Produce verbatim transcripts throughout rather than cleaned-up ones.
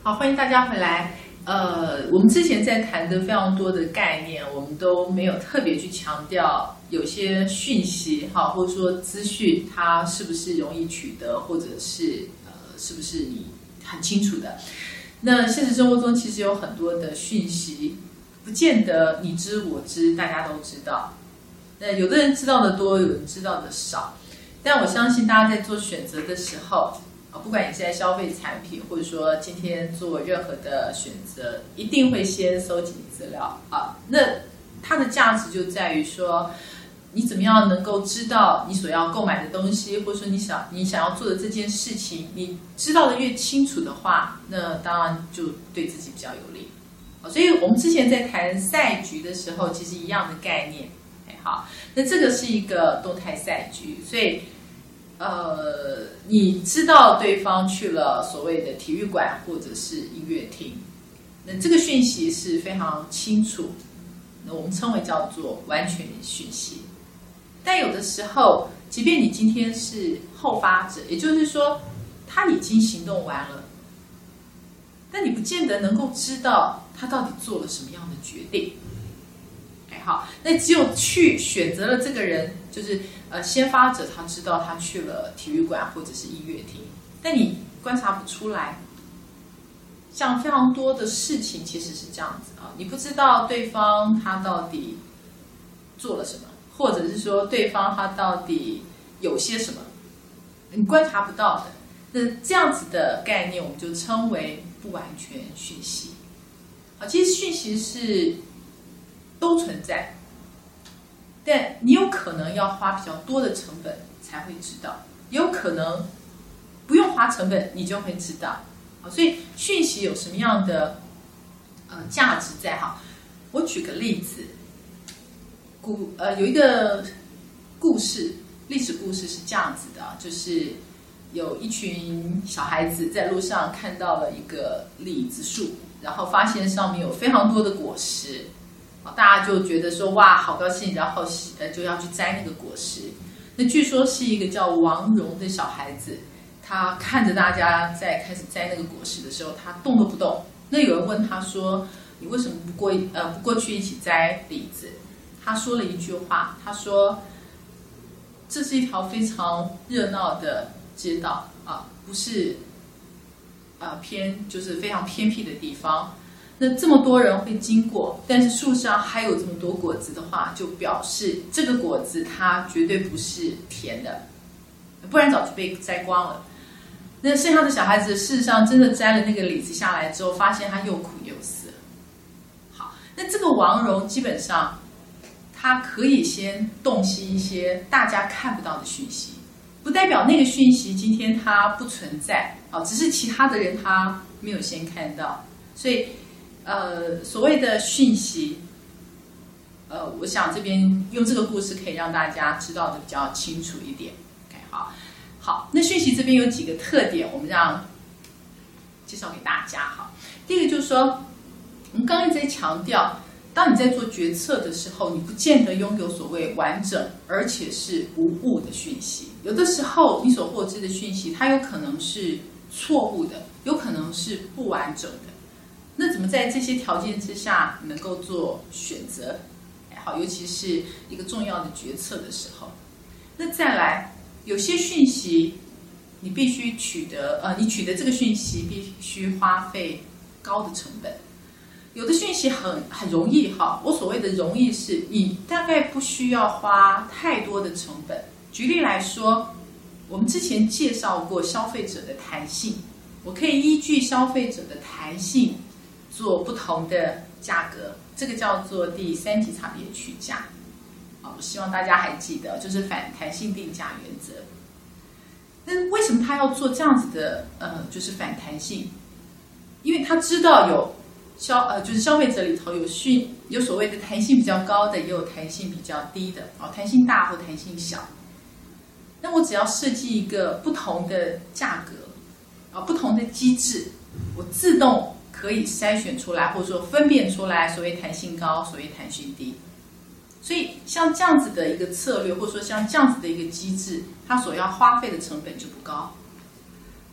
好，欢迎大家回来。呃，我们之前在谈的非常多的概念，我们都没有特别去强调有些讯息，哈，或者说资讯，它是不是容易取得，或者是呃，是不是你很清楚的？那现实生活中其实有很多的讯息，不见得你知我知，大家都知道。那有的人知道的多，有人知道的少。但我相信大家在做选择的时候，不管你是在消费产品，或者说今天做任何的选择，一定会先收集资料啊。那它的价值就在于说，你怎么样能够知道你所要购买的东西，或者说你想你想要做的这件事情，你知道的越清楚的话，那当然就对自己比较有利。所以我们之前在谈赛局的时候，其实一样的概念。好，那这个是一个动态赛局，所以。呃，你知道对方去了所谓的体育馆或者是音乐厅，那这个讯息是非常清楚，那我们称为叫做完全讯息。但有的时候，即便你今天是后发者，也就是说他已经行动完了，但你不见得能够知道他到底做了什么样的决定。好，那只有去选择了这个人，就是呃先发者，他知道他去了体育馆或者是音乐厅，但你观察不出来。像非常多的事情其实是这样子啊，你不知道对方他到底做了什么，或者是说对方他到底有些什么，你观察不到的。那这样子的概念，我们就称为不完全讯息。啊，其实讯息是。都存在，但你有可能要花比较多的成本才会知道，也有可能不用花成本你就会知道。所以讯息有什么样的呃价值在？哈，我举个例子，古呃有一个故事，历史故事是这样子的，就是有一群小孩子在路上看到了一个李子树，然后发现上面有非常多的果实。大家就觉得说哇好高兴，然后呃就要去摘那个果实。那据说是一个叫王蓉的小孩子，他看着大家在开始摘那个果实的时候，他动都不动。那有人问他说：“你为什么不过呃不过去一起摘李子？”他说了一句话，他说：“这是一条非常热闹的街道啊，不是呃偏就是非常偏僻的地方。”那这么多人会经过，但是树上还有这么多果子的话，就表示这个果子它绝对不是甜的，不然早就被摘光了。那剩下的小孩子事实上真的摘了那个李子下来之后，发现它又苦又涩。好，那这个王蓉基本上它可以先洞悉一些大家看不到的讯息，不代表那个讯息今天它不存在啊，只是其他的人他没有先看到，所以。呃，所谓的讯息，呃，我想这边用这个故事可以让大家知道的比较清楚一点。OK， 好，好，那讯息这边有几个特点，我们让介绍给大家。哈，第一个就是说，我们刚刚一直在强调，当你在做决策的时候，你不见得拥有所谓完整而且是无误的讯息。有的时候，你所获知的讯息，它有可能是错误的，有可能是不完整的。那怎么在这些条件之下能够做选择？好，尤其是一个重要的决策的时候。那再来，有些讯息你必须取得，呃，你取得这个讯息必须花费高的成本。有的讯息很很容易，哈，我所谓的容易是你大概不需要花太多的成本。举例来说，我们之前介绍过消费者的弹性，我可以依据消费者的弹性。做不同的价格，这个叫做第三级差别取价。我希望大家还记得，就是反弹性定价原则。那为什么他要做这样子的呃，就是反弹性？因为他知道有消呃，就是消费者里头有讯有所谓的弹性比较高的，也有弹性比较低的哦，弹性大或弹性小。那我只要设计一个不同的价格啊、哦，不同的机制，我自动。可以筛选出来，或者说分辨出来所谓弹性高，所谓弹性低。所以像这样子的一个策略，或者说像这样子的一个机制，它所要花费的成本就不高。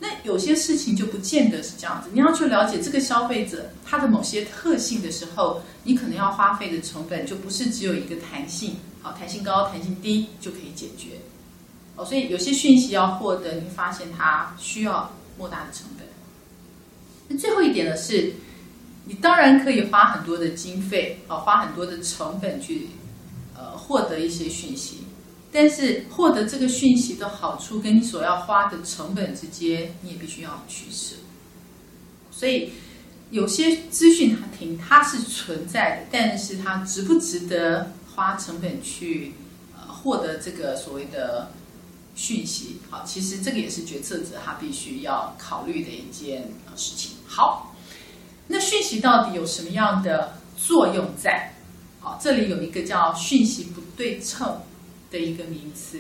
那有些事情就不见得是这样子，你要去了解这个消费者他的某些特性的时候，你可能要花费的成本就不是只有一个弹性，好，弹性高、弹性低就可以解决。哦，所以有些讯息要获得，你会发现它需要莫大的成本。那最后一点呢是，你当然可以花很多的经费，啊，花很多的成本去，呃，获得一些讯息。但是获得这个讯息的好处跟你所要花的成本之间，你也必须要取舍。所以有些资讯它停，它是存在的，但是它值不值得花成本去呃获得这个所谓的讯息？好，其实这个也是决策者他必须要考虑的一件呃事情。好，那讯息到底有什么样的作用在？好，这里有一个叫讯息不对称的一个名词，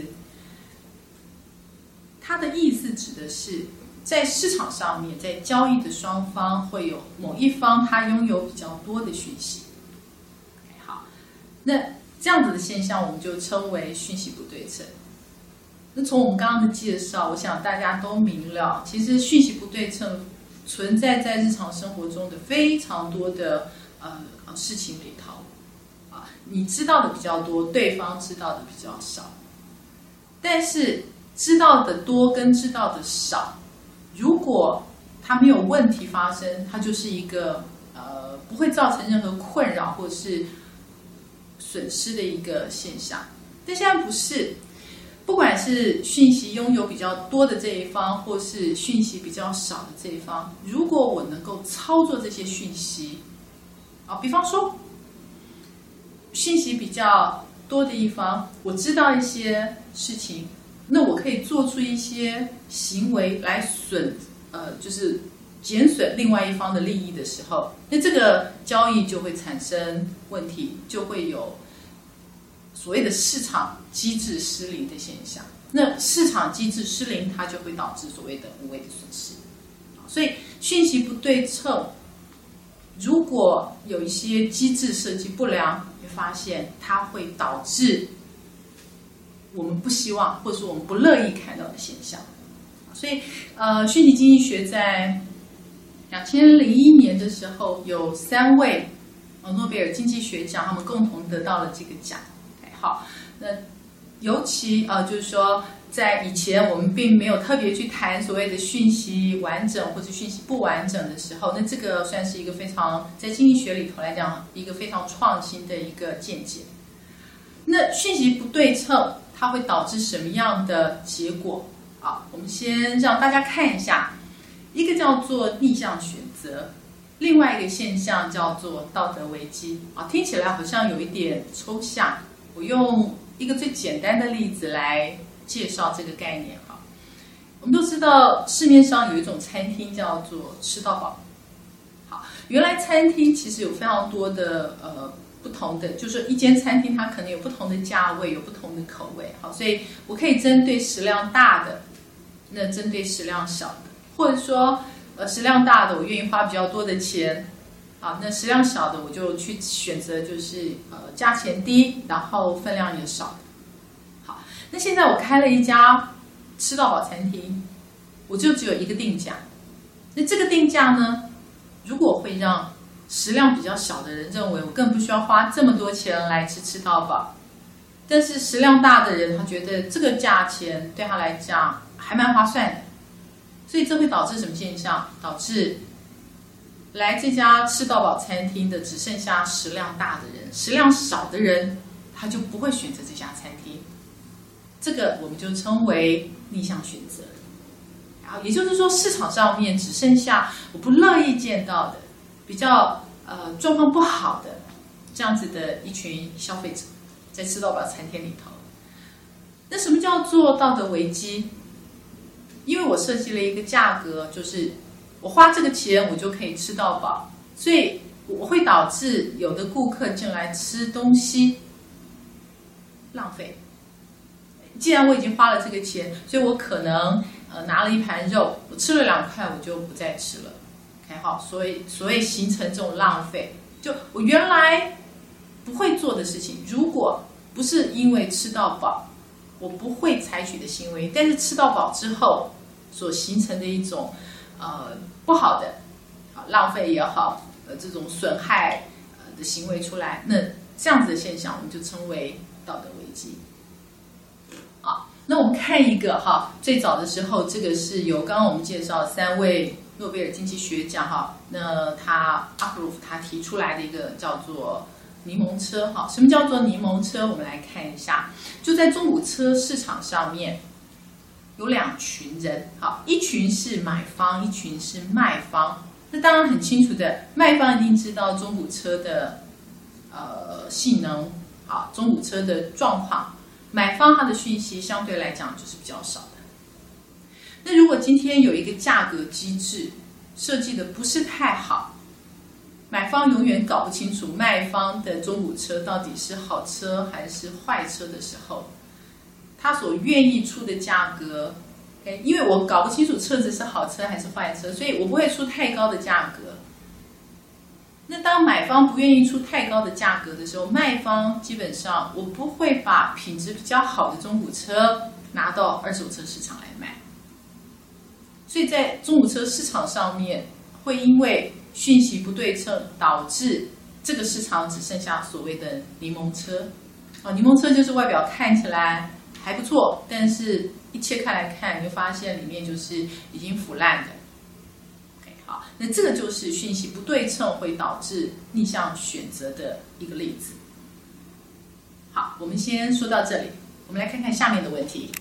它的意思指的是在市场上面，在交易的双方会有某一方他拥有比较多的讯息。好，那这样子的现象我们就称为讯息不对称。那从我们刚刚的介绍，我想大家都明了，其实讯息不对称存在在日常生活中的非常多的呃事情里头。你知道的比较多，对方知道的比较少。但是知道的多跟知道的少，如果它没有问题发生，它就是一个呃不会造成任何困扰或是损失的一个现象。但现在不是，不管是讯息拥有比较多的这一方，或是讯息比较少的这一方，如果我能够操作这些讯息，啊，比方说。讯息比较多的一方，我知道一些事情，那我可以做出一些行为来损，呃，就是减损另外一方的利益的时候，那这个交易就会产生问题，就会有所谓的市场机制失灵的现象。那市场机制失灵，它就会导致所谓的无谓的损失。所以讯息不对称，如果有一些机制设计不良，你会发现它会导致我们不希望或者说我们不乐意看到的现象。所以，呃，讯息经济学在两千零一年的时候，有三位呃诺贝尔经济学奖，他们共同得到了这个奖。好，那尤其呃，就是说。在以前，我们并没有特别去谈所谓的讯息完整或者讯息不完整的时候，那这个算是一个非常在经济学里头来讲一个非常创新的一个见解。那讯息不对称，它会导致什么样的结果？啊，我们先让大家看一下，一个叫做逆向选择，另外一个现象叫做道德危机。啊，听起来好像有一点抽象，我用一个最简单的例子来。介绍这个概念哈，我们都知道市面上有一种餐厅叫做吃到饱。好，原来餐厅其实有非常多的呃不同的，就是一间餐厅它可能有不同的价位，有不同的口味。好，所以我可以针对食量大的，那针对食量小的，或者说呃食量大的我愿意花比较多的钱，啊，那食量小的我就去选择就是呃价钱低，然后分量也少的。那现在我开了一家吃到饱餐厅，我就只有一个定价。那这个定价呢，如果会让食量比较小的人认为我更不需要花这么多钱来吃吃到饱，但是食量大的人他觉得这个价钱对他来讲还蛮划算的，所以这会导致什么现象？导致来这家吃到饱餐厅的只剩下食量大的人，食量少的人他就不会选择这家餐厅。这个我们就称为逆向选择。然后也就是说，市场上面只剩下我不乐意见到的、比较呃状况不好的这样子的一群消费者，在吃到饱餐厅里头。那什么叫做道德危机？因为我设计了一个价格，就是我花这个钱我就可以吃到饱，所以我会导致有的顾客进来吃东西浪费。既然我已经花了这个钱，所以我可能呃拿了一盘肉，我吃了两块，我就不再吃了。OK， 好，所以所以形成这种浪费，就我原来不会做的事情，如果不是因为吃到饱，我不会采取的行为，但是吃到饱之后， 所形成的一种呃不好的啊浪费也好，呃这种损害呃的行为出来，那这样子的现象我们就称为道德危机。好，那我们看一个哈，最早的时候，这个是由刚刚我们介绍三位诺贝尔经济学奖哈，那他阿普鲁夫他提出来的一个叫做柠檬车哈。什么叫做柠檬车？我们来看一下，就在中古车市场上面有两群人，好，一群是买方，一群是卖方。那当然很清楚的，卖方一定知道中古车的呃性能，好，中古车的状况。买方他的讯息相对来讲就是比较少的。那如果今天有一个价格机制设计的不是太好，买方永远搞不清楚卖方的中古车到底是好车还是坏车的时候，他所愿意出的价格，因为我搞不清楚车子是好车还是坏车，所以我不会出太高的价格。那当买方不愿意出太高的价格的时候，卖方基本上我不会把品质比较好的中古车拿到二手车市场来卖。所以在中古车市场上面，会因为讯息不对称，导致这个市场只剩下所谓的柠檬车。哦，柠檬车就是外表看起来还不错，但是一切开来看，你会发现里面就是已经腐烂的。好，那这个就是讯息不对称会导致逆向选择的一个例子。好，我们先说到这里，我们来看看下面的问题。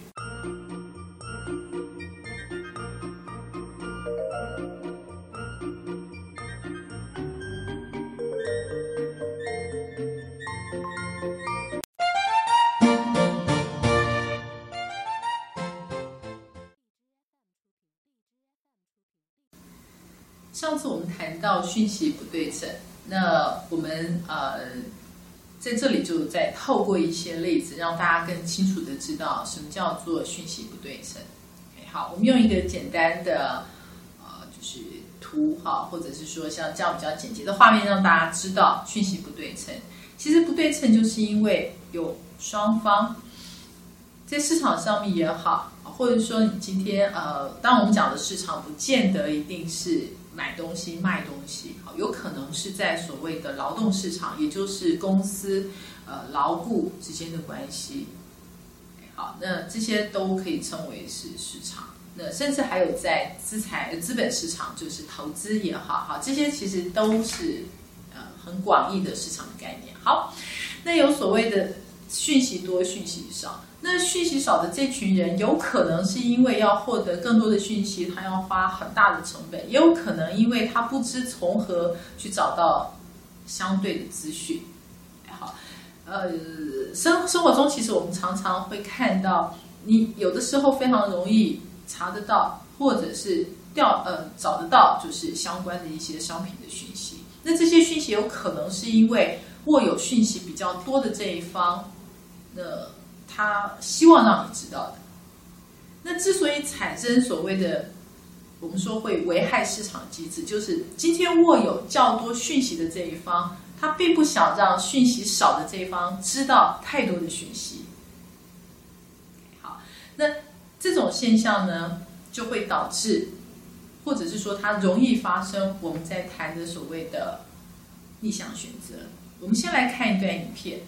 上次我们谈到讯息不对称，那我们呃在这里就再透过一些例子，让大家更清楚的知道什么叫做讯息不对称。Okay, 好，我们用一个简单的呃就是图哈，或者是说像这样比较简洁的画面，让大家知道讯息不对称。其实不对称就是因为有双方在市场上面也好，或者说你今天呃，当我们讲的市场，不见得一定是买东西卖东西，好，有可能是在所谓的劳动市场，也就是公司呃劳雇之间的关系。好，那这些都可以称为是市场。那甚至还有在资产资本市场，就是投资也好，好，这些其实都是呃很广义的市场的概念。好，那有所谓的讯息多、讯息少。那讯息少的这群人，有可能是因为要获得更多的讯息，他要花很大的成本；也有可能因为他不知从何去找到相对的资讯。好，呃，生生活中其实我们常常会看到，你有的时候非常容易查得到，或者是调呃找得到，就是相关的一些商品的讯息。那这些讯息有可能是因为握有讯息比较多的这一方，那他希望让你知道的。那之所以产生所谓的我们说会危害市场机制，就是今天握有较多讯息的这一方，他并不想让讯息少的这一方知道太多的讯息。好，那这种现象呢，就会导致，或者是说它容易发生我们在谈的所谓的逆向选择。我们先来看一段影片。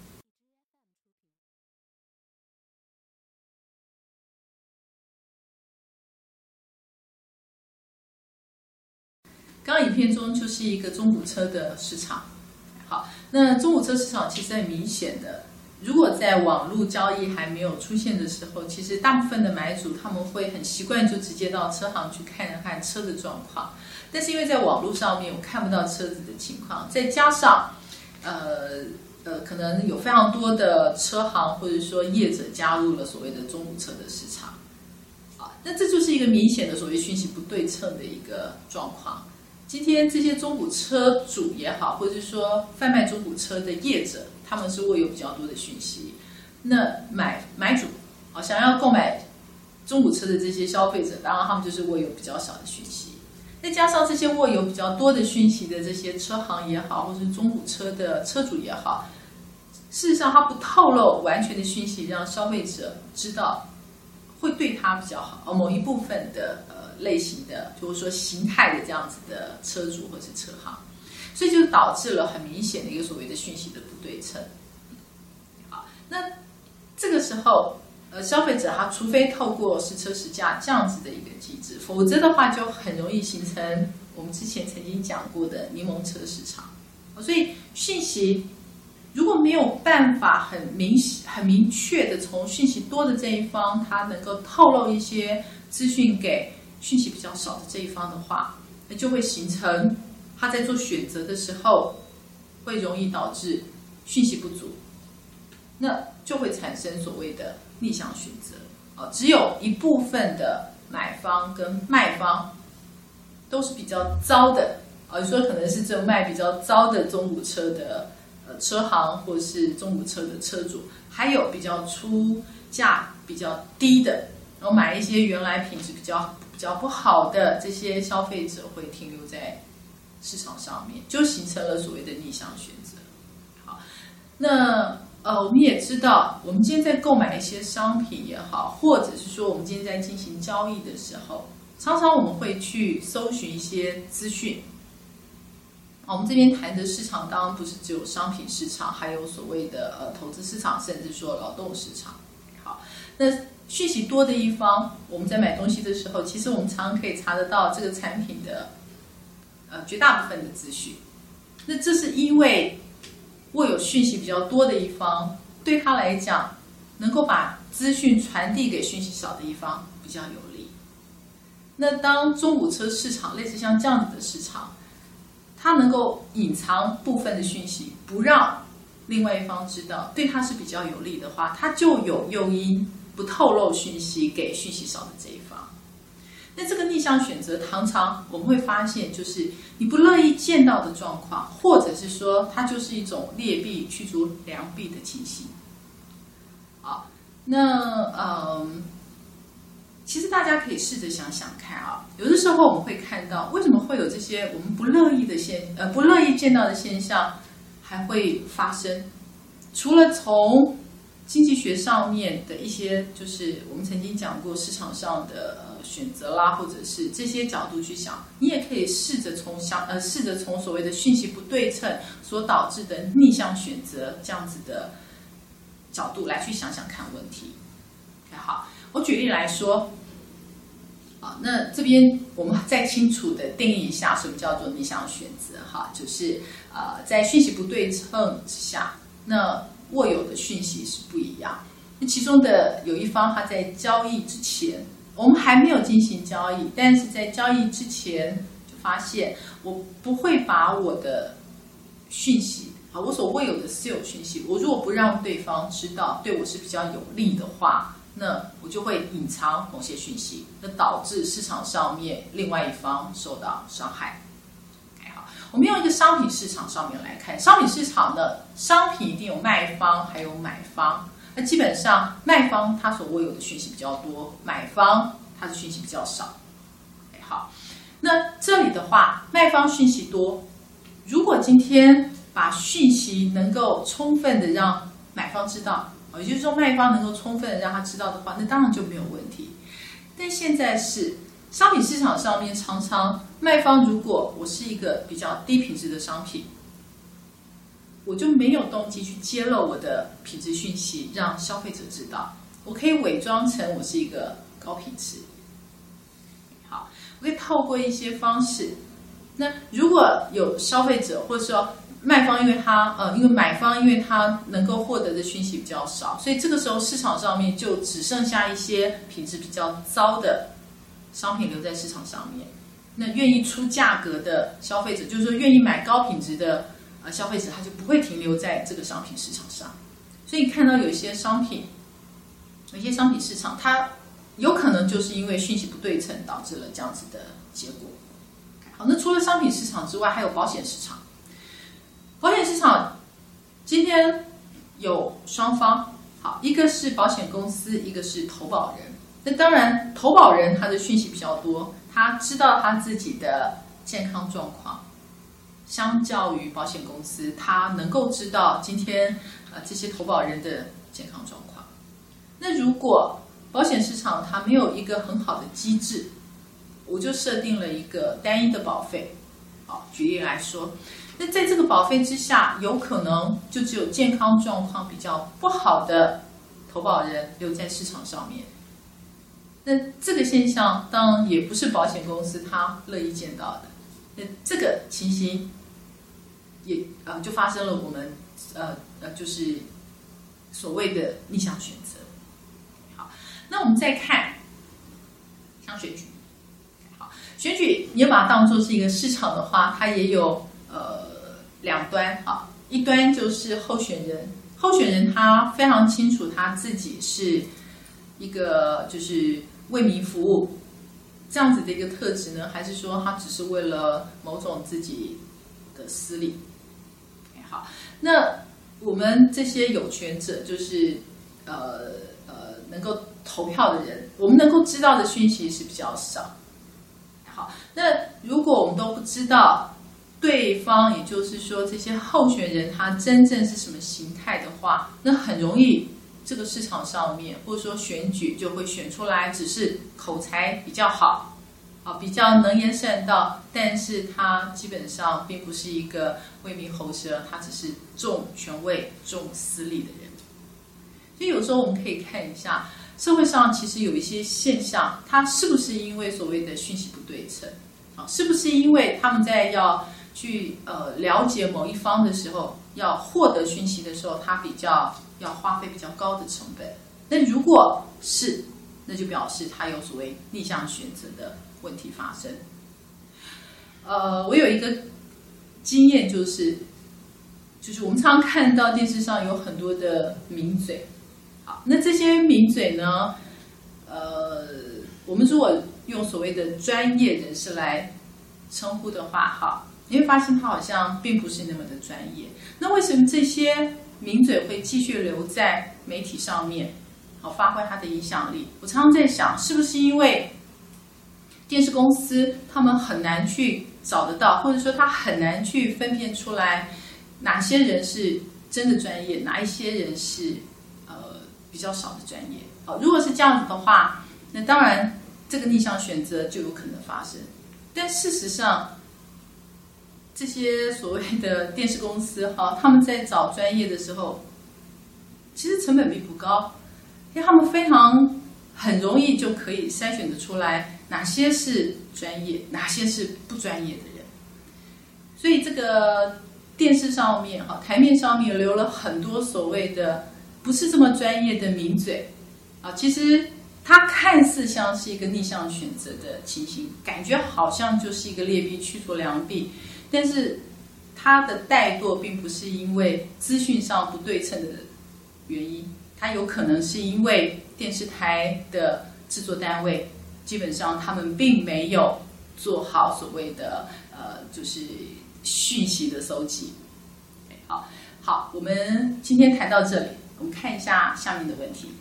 刚刚影片中就是一个中古车的市场。好，那中古车市场其实很明显的，如果在网络交易还没有出现的时候，其实大部分的买主他们会很习惯就直接到车行去看看车的状况。但是因为在网络上面我看不到车子的情况，再加上呃呃，可能有非常多的车行或者说业者加入了所谓的中古车的市场。啊，那这就是一个明显的所谓讯息不对称的一个状况。今天这些中古车主也好，或者是说贩卖中古车的业者，他们是握有比较多的讯息。那买买主啊，想要购买中古车的这些消费者，当然他们就是握有比较少的讯息。再加上这些握有比较多的讯息的这些车行也好，或是中古车的车主也好，事实上他不透露完全的讯息让消费者知道， 会对它比较好，而某一部分的呃类型的，就是说形态的这样子的车主或是车行，所以就导致了很明显的一个所谓的讯息的不对称。好，那这个时候，呃，消费者他除非透过实车实价这样子的一个机制，否则的话就很容易形成我们之前曾经讲过的柠檬车市场。所以讯息如果没有办法很明很明确的从讯息多的这一方，他能够透露一些资讯给讯息比较少的这一方的话，那就会形成他在做选择的时候，会容易导致讯息不足，那就会产生所谓的逆向选择。哦，只有一部分的买方跟卖方都是比较糟的，啊，你说可能是这卖比较糟的中古车的呃车行，或是中古车的车主，还有比较出价比较低的，然后买一些原来品质比较比较不好的这些消费者会停留在市场上面，就形成了所谓的逆向选择。好，那呃我们也知道，我们今天在购买一些商品也好，或者是说我们今天在进行交易的时候，常常我们会去搜寻一些资讯。我们这边谈的市场当然不是只有商品市场，还有所谓的呃投资市场，甚至说劳动市场。好，那讯息多的一方，我们在买东西的时候，其实我们常常可以查得到这个产品的呃绝大部分的资讯。那这是因为握有讯息比较多的一方，对他来讲，能够把资讯传递给讯息少的一方比较有利。那当中古车市场类似像这样子的市场，它能够隐藏部分的讯息，不让另外一方知道，对它是比较有利的话，它就有诱因不透露讯息给讯息少的这一方。那这个逆向选择，常常我们会发现，就是你不乐意见到的状况，或者是说它就是一种劣币驱逐良币的情形。好，那嗯。其实大家可以试着想想看啊，有的时候我们会看到，为什么会有这些我们不乐意的现呃不乐意见到的现象还会发生？除了从经济学上面的一些，就是我们曾经讲过市场上的呃选择啦，或者是这些角度去想，你也可以试着从相呃试着从所谓的讯息不对称所导致的逆向选择这样子的角度来去想想看问题。好，我举例来说，啊，那这边我们再清楚的定义一下什么叫做逆向选择哈，就是呃在讯息不对称之下，那握有的讯息是不一样。那其中的有一方他在交易之前，我们还没有进行交易，但是在交易之前就发现，我不会把我的讯息啊，我所握有的私有讯息，我如果不让对方知道，对我是比较有利的话，那我就会隐藏某些讯息，那导致市场上面另外一方受到伤害。好，我们用一个商品市场上面来看，商品市场的商品一定有卖方还有买方，那基本上卖方他所握有的讯息比较多，买方他的讯息比较少。好，那这里的话，卖方讯息多，如果今天把讯息能够充分的让买方知道，也就是说卖方能够充分的让他知道的话，那当然就没有问题。但现在是商品市场上面，常常卖方如果我是一个比较低品质的商品，我就没有动机去揭露我的品质讯息让消费者知道，我可以伪装成我是一个高品质。好，我可以透过一些方式，那如果有消费者或者说卖方，因为他呃，因为买方因为他能够获得的讯息比较少，所以这个时候市场上面就只剩下一些品质比较糟的商品留在市场上面。那愿意出价格的消费者，就是说愿意买高品质的呃消费者，他就不会停留在这个商品市场上。所以你看到有一些商品，有一些商品市场，它有可能就是因为讯息不对称导致了这样子的结果。好，那除了商品市场之外，还有保险市场。保险市场今天有双方，好，一个是保险公司，一个是投保人。那当然，投保人他的讯息比较多，他知道他自己的健康状况，相较于保险公司，他能够知道今天呃这些投保人的健康状况。那如果保险市场它没有一个很好的机制，我就设定了一个单一的保费。好，举例来说，那在这个保费之下，有可能就只有健康状况比较不好的投保人留在市场上面。那这个现象当然也不是保险公司他乐意见到的。那这个情形也呃就发生了我们呃呃就是所谓的逆向选择。好，那我们再看像选举，好，选举你要把它当作是一个市场的话，它也有呃两端啊，一端就是候选人，候选人他非常清楚他自己是一个就是为民服务这样子的一个特质呢，还是说他只是为了某种自己的私利？好，那我们这些有权者，就是呃呃能够投票的人，我们能够知道的讯息是比较少。好，那如果我们都不知道对方，也就是说这些候选人他真正是什么形态的话，那很容易这个市场上面或者说选举就会选出来只是口才比较好啊，比较能言善道，但是他基本上并不是一个为民喉舌，他只是重权位重私利的人。所以有时候我们可以看一下社会上其实有一些现象，它是不是因为所谓的讯息不对称啊？是不是因为他们在要去呃了解某一方的时候，要获得讯息的时候，他比较要花费比较高的成本？那如果是，那就表示他有所谓逆向选择的问题发生。呃，我有一个经验，就是就是我们常常看到电视上有很多的名嘴，好，那这些名嘴呢，呃，我们如果用所谓的专业人士来称呼的话，哈，你会发现他好像并不是那么的专业。那为什么这些名嘴会继续留在媒体上面，好发挥他的影响力？我常常在想，是不是因为电视公司他们很难去找得到，或者说他很难去分辨出来哪些人是真的专业，哪一些人是呃比较少的专业？好，如果是这样子的话，那当然这个逆向选择就有可能发生。但事实上，这些所谓的电视公司哈，他们在找专业的时候，其实成本并不高，因为他们非常很容易就可以筛选得出来哪些是专业，哪些是不专业的人。所以这个电视上面哈，台面上面留了很多所谓的不是这么专业的名嘴啊，其实它看似像是一个逆向选择的情形，感觉好像就是一个劣币驱逐良币，但是它的怠惰并不是因为资讯上不对称的原因，它有可能是因为电视台的制作单位基本上他们并没有做好所谓的呃就是讯息的搜集。好，好，我们今天谈到这里，我们看一下下面的问题。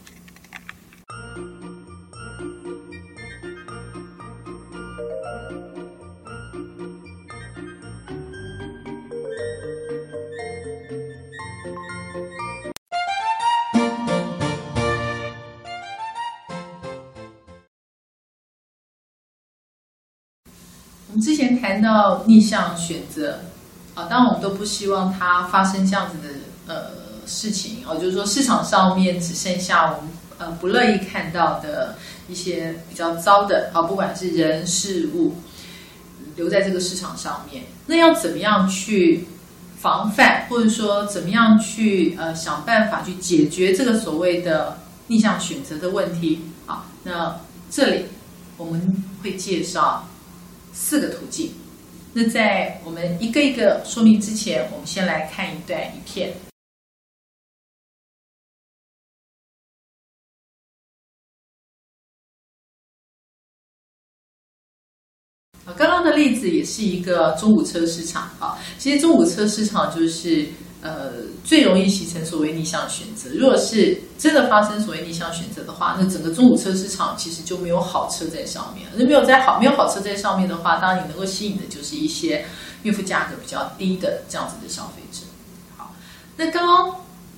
我们之前谈到逆向选择啊，当然我们都不希望它发生这样子的呃事情哦，就是说市场上面只剩下我们呃不乐意看到的一些比较糟的啊，不管是人事物留在这个市场上面，那要怎么样去防范，或者说怎么样去呃想办法去解决这个所谓的逆向选择的问题啊？那这里我们会介绍四个途径。那在我们一个一个说明之前，我们先来看一段影片。刚刚的例子也是一个中古车市场啊，其实中古车市场就是呃最容易形成所谓逆向选择。如果是真的发生所谓逆向选择的话，那整个中古车市场其实就没有好车在上面。那没有在好没有好车在上面的话，当然你能够吸引的就是一些运付价格比较低的这样子的消费者。好，那刚刚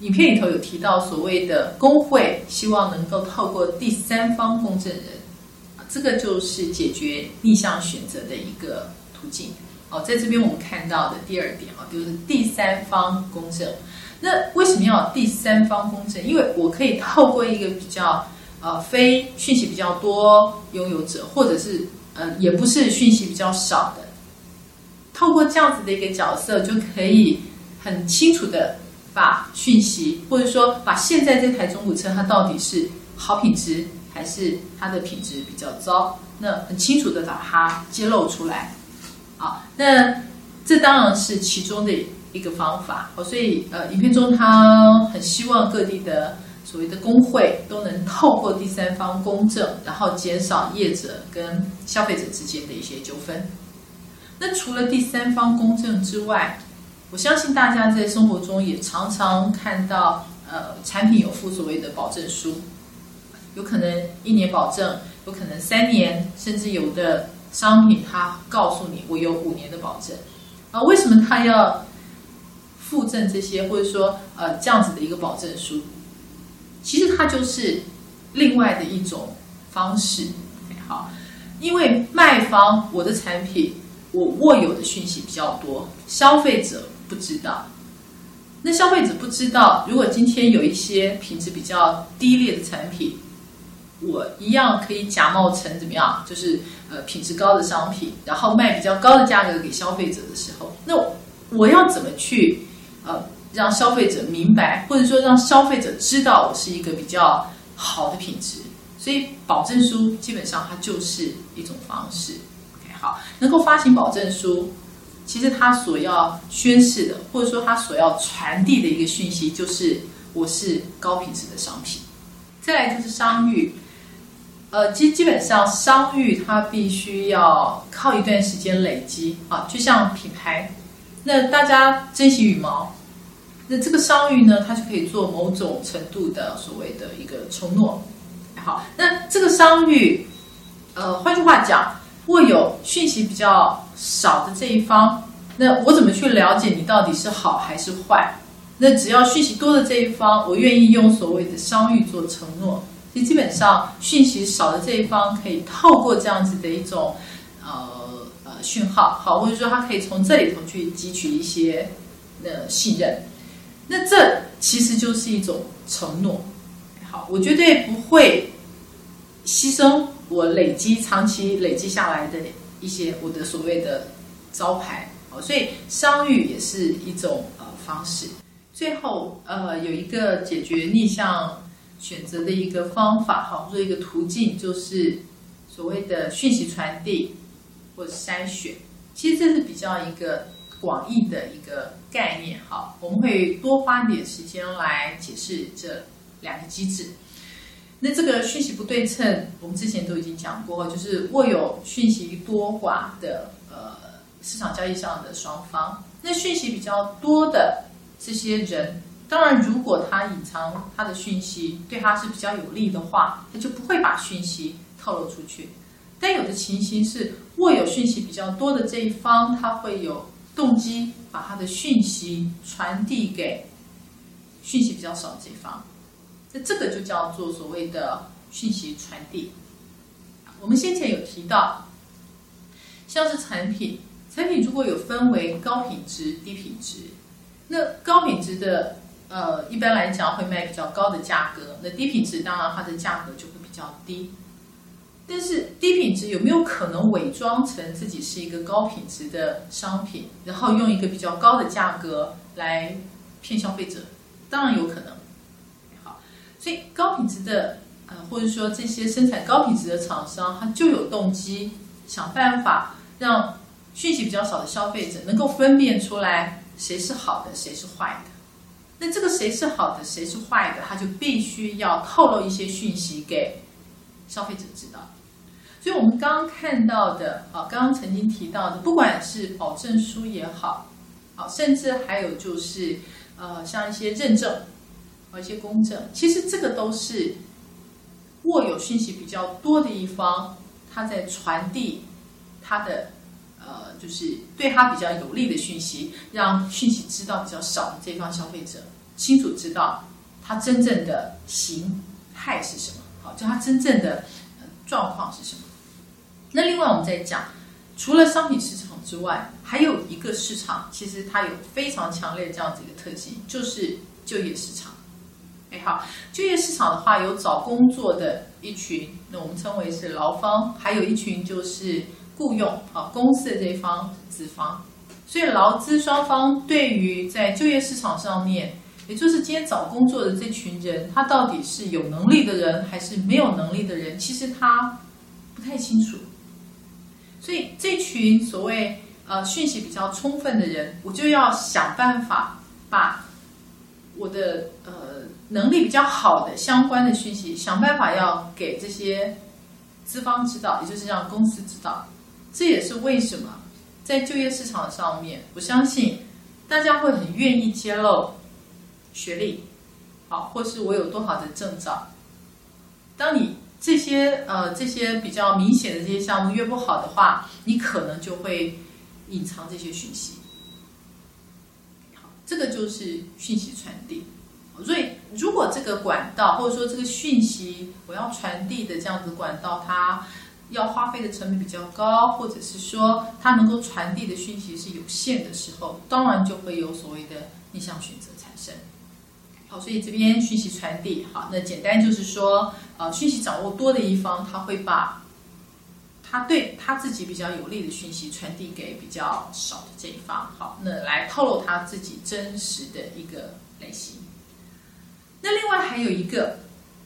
影片里头有提到所谓的工会希望能够透过第三方公证人，这个就是解决逆向选择的一个途径。哦，在这边我们看到的第二点啊，就是第三方公证。那为什么要有第三方公证？因为我可以透过一个比较呃非讯息比较多拥有者，或者是呃也不是讯息比较少的，透过这样子的一个角色，就可以很清楚的把讯息，或者说把现在这台中古车它到底是好品质还是它的品质比较糟，那很清楚的把它揭露出来。好，那这当然是其中的一个方法。所以呃，影片中他很希望各地的所谓的工会都能透过第三方公证，然后减少业者跟消费者之间的一些纠纷。那除了第三方公证之外，我相信大家在生活中也常常看到，呃，产品有附所谓的保证书，有可能一年保证，有可能三年，甚至有的商品它告诉你我有五年的保证。啊，为什么它要附赠这些，或者说呃这样子的一个保证书？其实它就是另外的一种方式。好，因为卖方我的产品我握有的讯息比较多，消费者不知道。那消费者不知道，如果今天有一些品质比较低劣的产品，我一样可以假冒成怎么样，就是呃品质高的商品，然后卖比较高的价格给消费者的时候，那我要怎么去呃让消费者明白，或者说让消费者知道我是一个比较好的品质？所以保证书基本上它就是一种方式。OK， 好，能够发行保证书，其实它所要宣示的，或者说它所要传递的一个讯息，就是我是高品质的商品。再来就是商誉。呃，基基本上商誉它必须要靠一段时间累积啊，就像品牌，那大家珍惜羽毛，那这个商誉呢，它就可以做某种程度的所谓的一个承诺。好，那这个商誉，呃，换句话讲，握有讯息比较少的这一方，那我怎么去了解你到底是好还是坏？那只要讯息多的这一方，我愿意用所谓的商誉做承诺。其实基本上，讯息少的这一方可以透过这样子的一种呃呃讯号，好，或者说他可以从这里头去汲取一些呃信任。那这其实就是一种承诺。好，我绝对不会牺牲我累积长期累积下来的一些我的所谓的招牌。好，所以商誉也是一种呃方式。最后呃有一个解决逆向选择的一个方法，好，或者一个途径，就是所谓的讯息传递或者筛选。其实这是比较一个广义的一个概念。好，我们会多花点时间来解释这两个机制。那这个讯息不对称，我们之前都已经讲过，就是握有讯息多寡的呃市场交易上的双方。那讯息比较多的这些人，当然，如果他隐藏他的讯息对他是比较有利的话，他就不会把讯息透露出去。但有的情形是，握有讯息比较多的这一方，他会有动机把他的讯息传递给讯息比较少的这一方。那这个就叫做所谓的讯息传递。我们先前有提到，像是产品，产品如果有分为高品质、低品质，那高品质的呃，一般来讲会卖比较高的价格，那低品质当然它的价格就会比较低。但是低品质有没有可能伪装成自己是一个高品质的商品，然后用一个比较高的价格来骗消费者？当然有可能。好，所以高品质的呃，或者说这些生产高品质的厂商，他就有动机想办法让讯息比较少的消费者能够分辨出来谁是好的，谁是坏的。那这个谁是好的，谁是坏的，他就必须要透露一些讯息给消费者知道。所以我们刚刚看到的，啊，刚刚曾经提到的，不管是保证书也好，啊，甚至还有就是，呃，像一些认证，啊，一些公证，其实这个都是握有讯息比较多的一方，他在传递他的。呃，就是对他比较有利的讯息，让讯息知道比较少的这方消费者清楚知道它真正的形态是什么，好，就它真正的状况是什么。那另外我们再讲，除了商品市场之外，还有一个市场，其实它有非常强烈这样子一个特性，就是就业市场。哎，好，就业市场的话，有找工作的一群，那我们称为是劳方，还有一群就是雇佣啊，公司的这一方资方。所以劳资双方对于在就业市场上面，也就是今天找工作的这群人，他到底是有能力的人还是没有能力的人，其实他不太清楚。所以这群所谓呃讯息比较充分的人，我就要想办法把我的呃能力比较好的相关的讯息，想办法要给这些资方知道，也就是让公司知道。这也是为什么在就业市场上面，我相信大家会很愿意揭露学历，好，或是我有多少的证照。当你这些呃这些比较明显的这些项目越不好的话，你可能就会隐藏这些讯息。好，这个就是讯息传递。所以，如果这个管道或者说这个讯息我要传递的这样子管道，它要花费的成本比较高，或者是说它能够传递的讯息是有限的时候，当然就会有所谓的逆向选择产生。好，所以这边讯息传递，好，那简单就是说，呃，讯息掌握多的一方，他会把他对他自己比较有利的讯息传递给比较少的这一方，好，那来透露他自己真实的一个类型。那另外还有一个，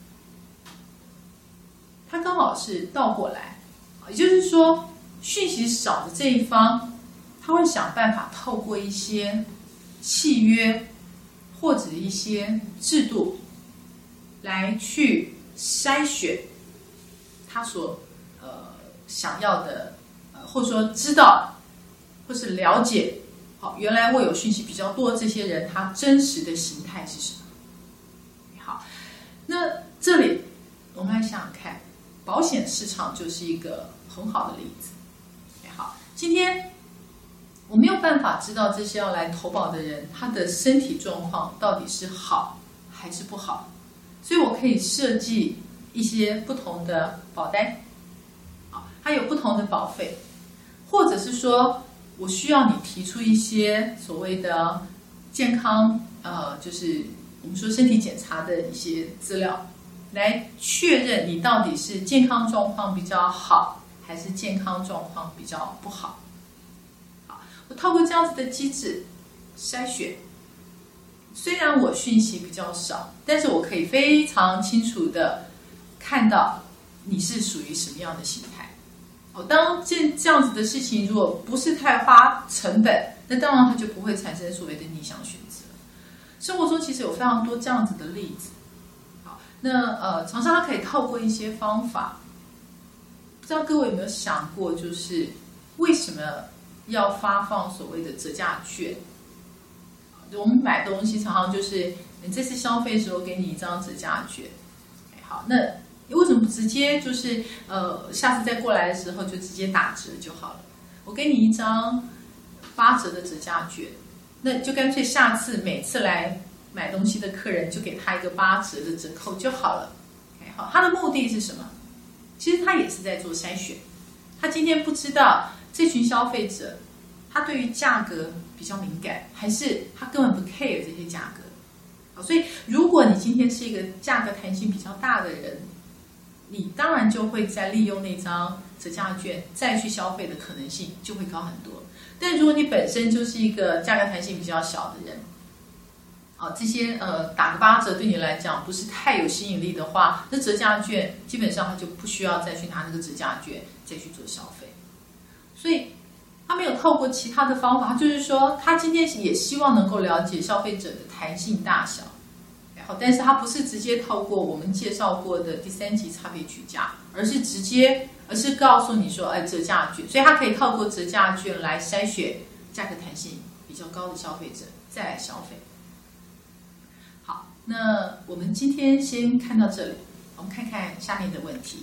它刚好是倒过来，也就是说，讯息少的这一方，他会想办法透过一些契约或者一些制度来去筛选他所呃想要的，呃或者说知道或是了解，好，原来我有讯息比较多这些人他真实的形态是什么。好，那这里我们来想想看，保险市场就是一个很好的例子。好，今天我没有办法知道这些要来投保的人他的身体状况到底是好还是不好，所以我可以设计一些不同的保单，还有不同的保费，或者是说我需要你提出一些所谓的健康，呃，就是我们说身体检查的一些资料，来确认你到底是健康状况比较好，还是健康状况比较不好。好，我透过这样子的机制筛选，虽然我讯息比较少，但是我可以非常清楚的看到你是属于什么样的形态。哦，当这这样子的事情如果不是太花成本，那当然它就不会产生所谓的逆向选择。生活中其实有非常多这样子的例子。好，那呃，厂商它可以透过一些方法，不知道各位有没有想过，就是为什么要发放所谓的折价券？我们买东西常常就是你这次消费的时候给你一张折价券。好，那为什么不直接就是呃下次再过来的时候就直接打折就好了？我给你一张八折的折价券，那就干脆下次每次来买东西的客人就给他一个八折的折扣就好了。好，他的目的是什么？其实他也是在做筛选。他今天不知道这群消费者他对于价格比较敏感，还是他根本不 care 这些价格。好，所以如果你今天是一个价格弹性比较大的人，你当然就会再利用那张折价券再去消费的可能性就会高很多。但如果你本身就是一个价格弹性比较小的人，啊，这些呃打个八折对你来讲不是太有吸引力的话，那折价券基本上他就不需要再去拿那个折价券再去做消费。所以他没有透过其他的方法，就是说他今天也希望能够了解消费者的弹性大小，然后但是他不是直接透过我们介绍过的第三级差别取价，而是直接而是告诉你说，哎，折价券，所以他可以透过折价券来筛选价格弹性比较高的消费者再来消费。好，那我们今天先看到这里，我们看看下面的问题。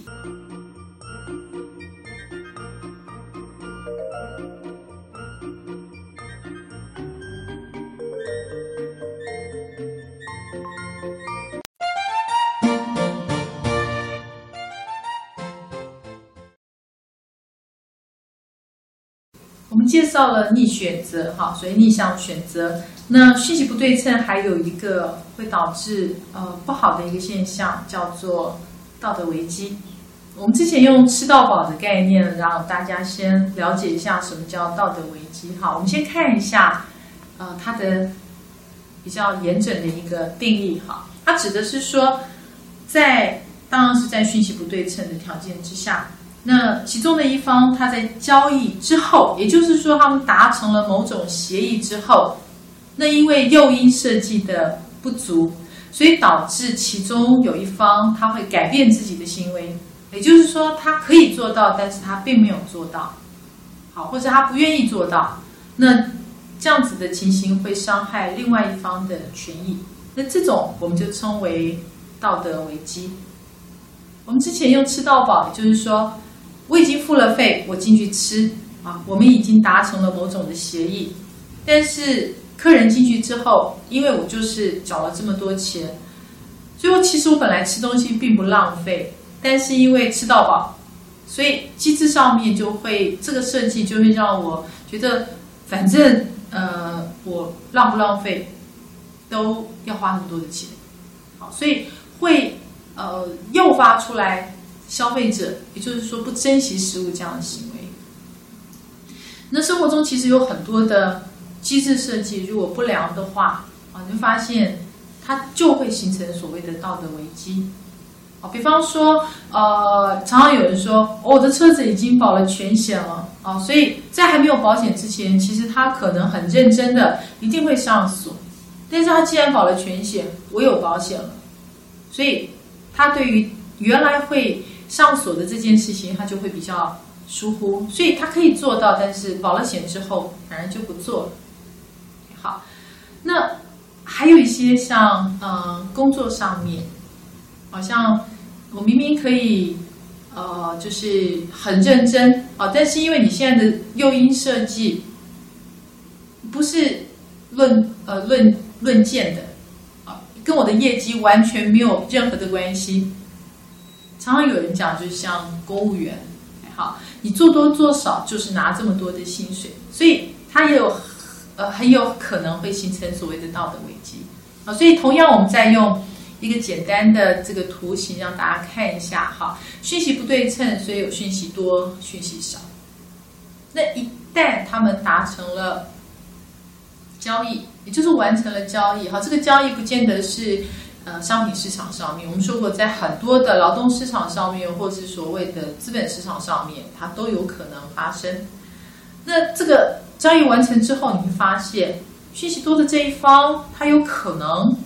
我们介绍了逆选择，哈，所以逆向选择。那讯息不对称还有一个会导致呃不好的一个现象，叫做道德危机。我们之前用吃到饱的概念，让大家先了解一下什么叫道德危机。好，我们先看一下呃它的比较严整的一个定义。哈，它指的是说，在当然是在讯息不对称的条件之下。那其中的一方，他在交易之后，也就是说，他们达成了某种协议之后，那因为诱因设计的不足，所以导致其中有一方他会改变自己的行为，也就是说，他可以做到，但是他并没有做到，好，或者他不愿意做到，那这样子的情形会伤害另外一方的权益，那这种我们就称为道德危机。我们之前用吃到饱，也就是说，我已经付了费，我进去吃啊，我们已经达成了某种的协议，但是客人进去之后，因为我就是缴了这么多钱，所以我其实我本来吃东西并不浪费，但是因为吃到饱，所以机制上面就会这个设计就会让我觉得，反正呃我浪不浪费都要花那么多的钱，好，所以会呃诱发出来消费者，也就是说不珍惜食物这样的行为。那生活中其实有很多的机制设计，如果不良的话啊，你会发现它就会形成所谓的道德危机。啊，比方说，呃，常常有人说，哦，我的车子已经保了全险了啊，所以在还没有保险之前，其实他可能很认真的一定会上锁，但是他既然保了全险，我有保险了，所以他对于原来会上锁的这件事情，他就会比较疏忽，所以他可以做到，但是保了险之后，反而就不做了。好，那还有一些像呃工作上面，好像我明明可以呃就是很认真啊，但是因为你现在的诱因设计不是论呃论论件的啊，跟我的业绩完全没有任何的关系。常常有人讲，就像公务员，好，你做多做少就是拿这么多的薪水，所以它也有呃很有可能会形成所谓的道德危机啊。所以同样，我们再用一个简单的这个图形让大家看一下哈，讯息不对称，所以有讯息多、讯息少。那一旦他们达成了交易，也就是完成了交易，好，这个交易不见得是。呃，商品市场上面，我们说过，在很多的劳动市场上面，或是所谓的资本市场上面，它都有可能发生。那这个交易完成之后，你会发现，讯息多的这一方，它有可能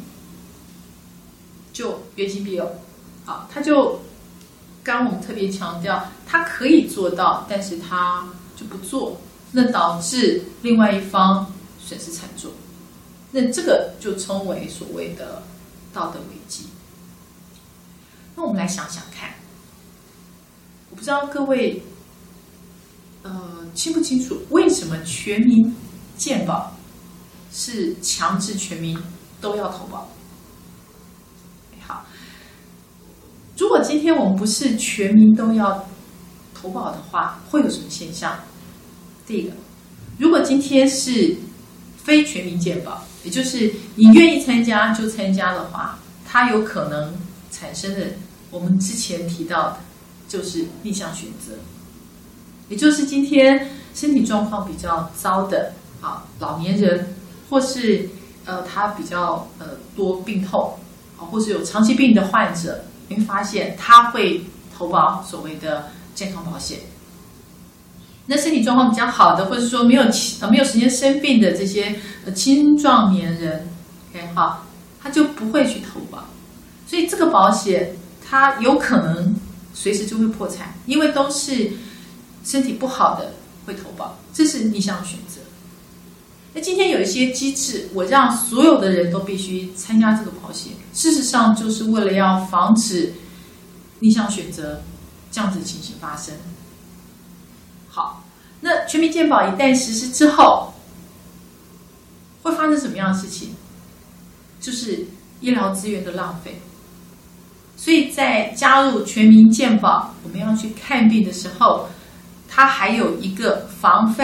就原形毕露，啊，它就刚刚我们特别强调，它可以做到，但是它就不做，那导致另外一方损失惨重。那这个就称为所谓的道德危机。那我们来想想看，我不知道各位呃清不清楚，为什么全民健保是强制全民都要投保？好，如果今天我们不是全民都要投保的话，会有什么现象？第一个，如果今天是非全民健保，也就是你愿意参加就参加的话，它有可能产生的我们之前提到的就是逆向选择，也就是今天身体状况比较糟的啊老年人，或是呃他比较呃多病痛啊，或是有长期病的患者，你会发现他会投保所谓的健康保险。那身体状况比较好的，或者说没有呃没有时间生病的这些呃青壮年人 ，OK 好，他就不会去投保，所以这个保险它有可能随时就会破产，因为都是身体不好的会投保，这是逆向选择。那今天有一些机制，我让所有的人都必须参加这个保险，事实上就是为了要防止逆向选择这样子的情形发生。好，那全民健保一旦实施之后，会发生什么样的事情？就是医疗资源的浪费。所以在加入全民健保，我们要去看病的时候，它还有一个防范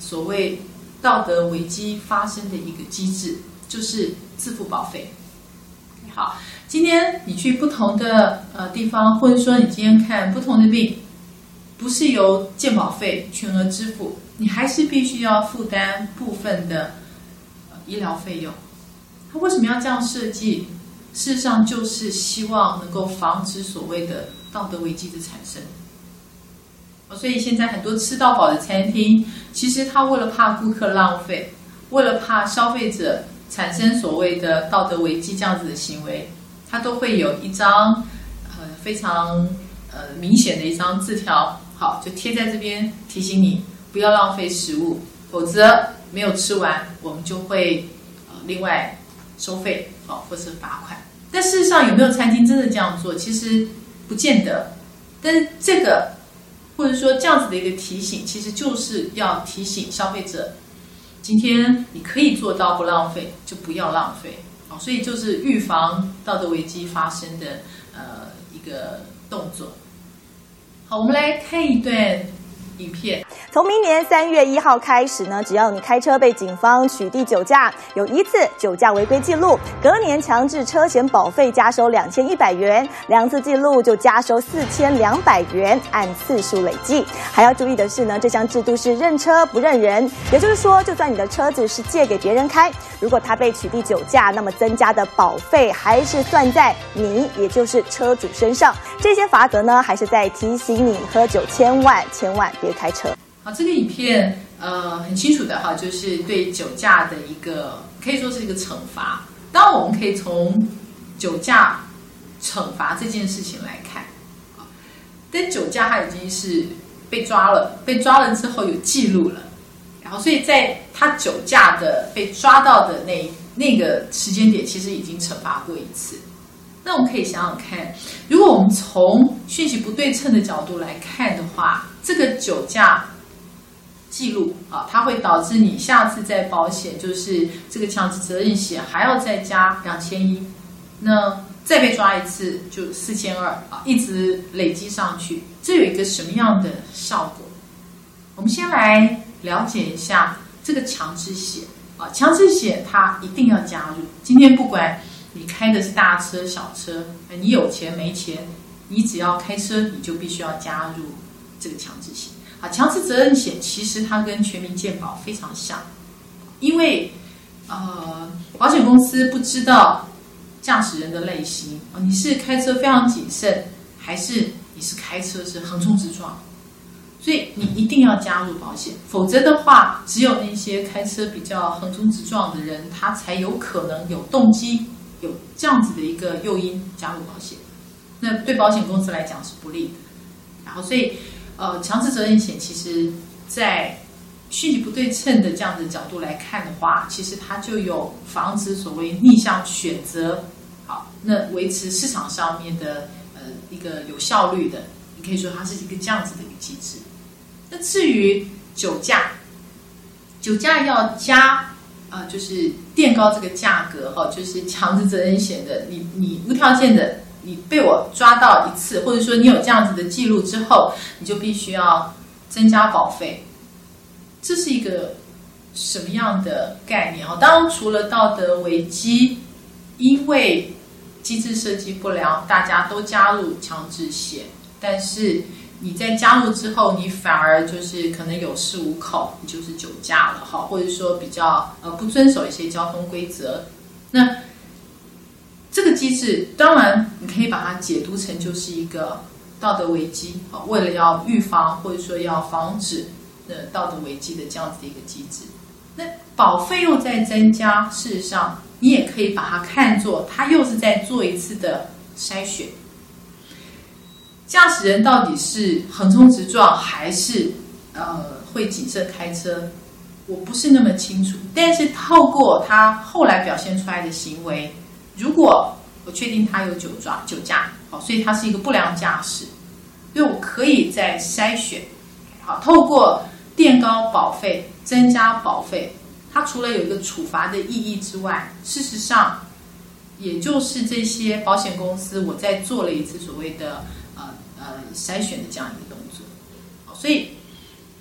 所谓道德危机发生的一个机制，就是自付保费。好，今天你去不同的呃地方，或者说你今天看不同的病，不是由健保费全额支付，你还是必须要负担部分的、呃、医疗费用。它为什么要这样设计？事实上就是希望能够防止所谓的道德危机的产生。所以现在很多吃到饱的餐厅，其实他为了怕顾客浪费，为了怕消费者产生所谓的道德危机这样子的行为，他都会有一张呃非常呃明显的一张字条，好，就贴在这边提醒你不要浪费食物，否则没有吃完我们就会呃另外收费，好，或是罚款。但事实上有没有餐厅真的这样做？其实不见得。但是这个或者说这样子的一个提醒，其实就是要提醒消费者，今天你可以做到不浪费，就不要浪费。好，所以就是预防道德危机发生的呃一个动作。好，我们来看一段影片。 从明年三月一号开始呢，只要你开车被警方取缔酒驾，有一次酒驾违规记录，隔年强制车险保费加收两千一百元，两次记录就加收四千两百元，按次数累计。还要注意的是呢，这项制度是认车不认人，也就是说，就算你的车子是借给别人开，如果他被取缔酒驾，那么增加的保费还是算在你，也就是车主身上。这些罚则呢，还是在提醒你喝酒千万千万别开车。 好，这个影片呃很清楚的哈，就是对酒驾的一个可以说是一个惩罚。当然，我们可以从酒驾惩罚这件事情来看，啊，但酒驾它已经是被抓了，被抓了之后有记录了，然后所以在他酒驾的被抓到的那那个时间点，其实已经惩罚过一次。那我们可以想想看，如果我们从讯息不对称的角度来看的话，这个酒驾记录啊，它会导致你下次再保险，就是这个强制责任险还要再加两千一，那再被抓一次就四千二啊，一直累积上去，这有一个什么样的效果？我们先来了解一下这个强制险啊，强制险它一定要加入。今天不管你开的是大车小车，你有钱没钱，你只要开车，你就必须要加入这个强制险。啊，强制责任险其实它跟全民健保非常像，因为呃，保险公司不知道驾驶人的类型，啊，你是开车非常谨慎，还是你是开车是横冲直撞，所以你一定要加入保险，否则的话，只有那些开车比较横冲直撞的人，他才有可能有动机，有这样子的一个诱因加入保险，那对保险公司来讲是不利的。然后，所以。呃，强制责任险其实，在讯息不对称的这样的角度来看的话，其实它就有防止所谓逆向选择，好，那维持市场上面的呃一个有效率的，你可以说它是一个这样子的一个机制。那至于酒驾，酒驾要加呃，就是垫高这个价格哈，就是强制责任险的，你你无条件的。你被我抓到一次，或者说你有这样子的记录之后，你就必须要增加保费。这是一个什么样的概念啊？当然，除了道德危机，因为机制设计不良，大家都加入强制险，但是你在加入之后，你反而就是可能有恃无恐，你就是酒驾了哈，或者说比较呃不遵守一些交通规则，那。这个机制当然你可以把它解读成就是一个道德危机，为了要预防或者说要防止呃道德危机的这样子的一个机制。那保费又在增加，事实上你也可以把它看作它又是在做一次的筛选。驾驶人到底是横冲直撞还是呃会谨慎开车，我不是那么清楚。但是透过他后来表现出来的行为。如果我确定他有酒驾，酒驾，好，所以他是一个不良驾驶，所以我可以再筛选，好，透过垫高保费、增加保费，它除了有一个处罚的意义之外，事实上，也就是这些保险公司我在做了一次所谓的呃呃筛选的这样一个动作，好，所以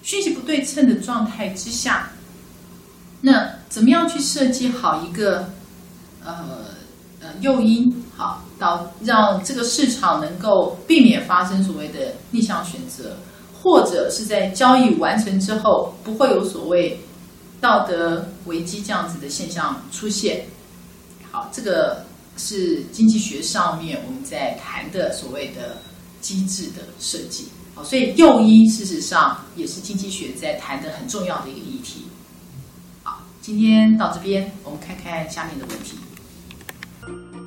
讯息不对称的状态之下，那怎么样去设计好一个呃呃诱因，好到让这个市场能够避免发生所谓的逆向选择，或者是在交易完成之后不会有所谓道德危机这样子的现象出现。好，这个是经济学上面我们在谈的所谓的机制的设计。好，所以诱因事实上也是经济学在谈的很重要的一个议题。好，今天到这边，我们看看下面的问题。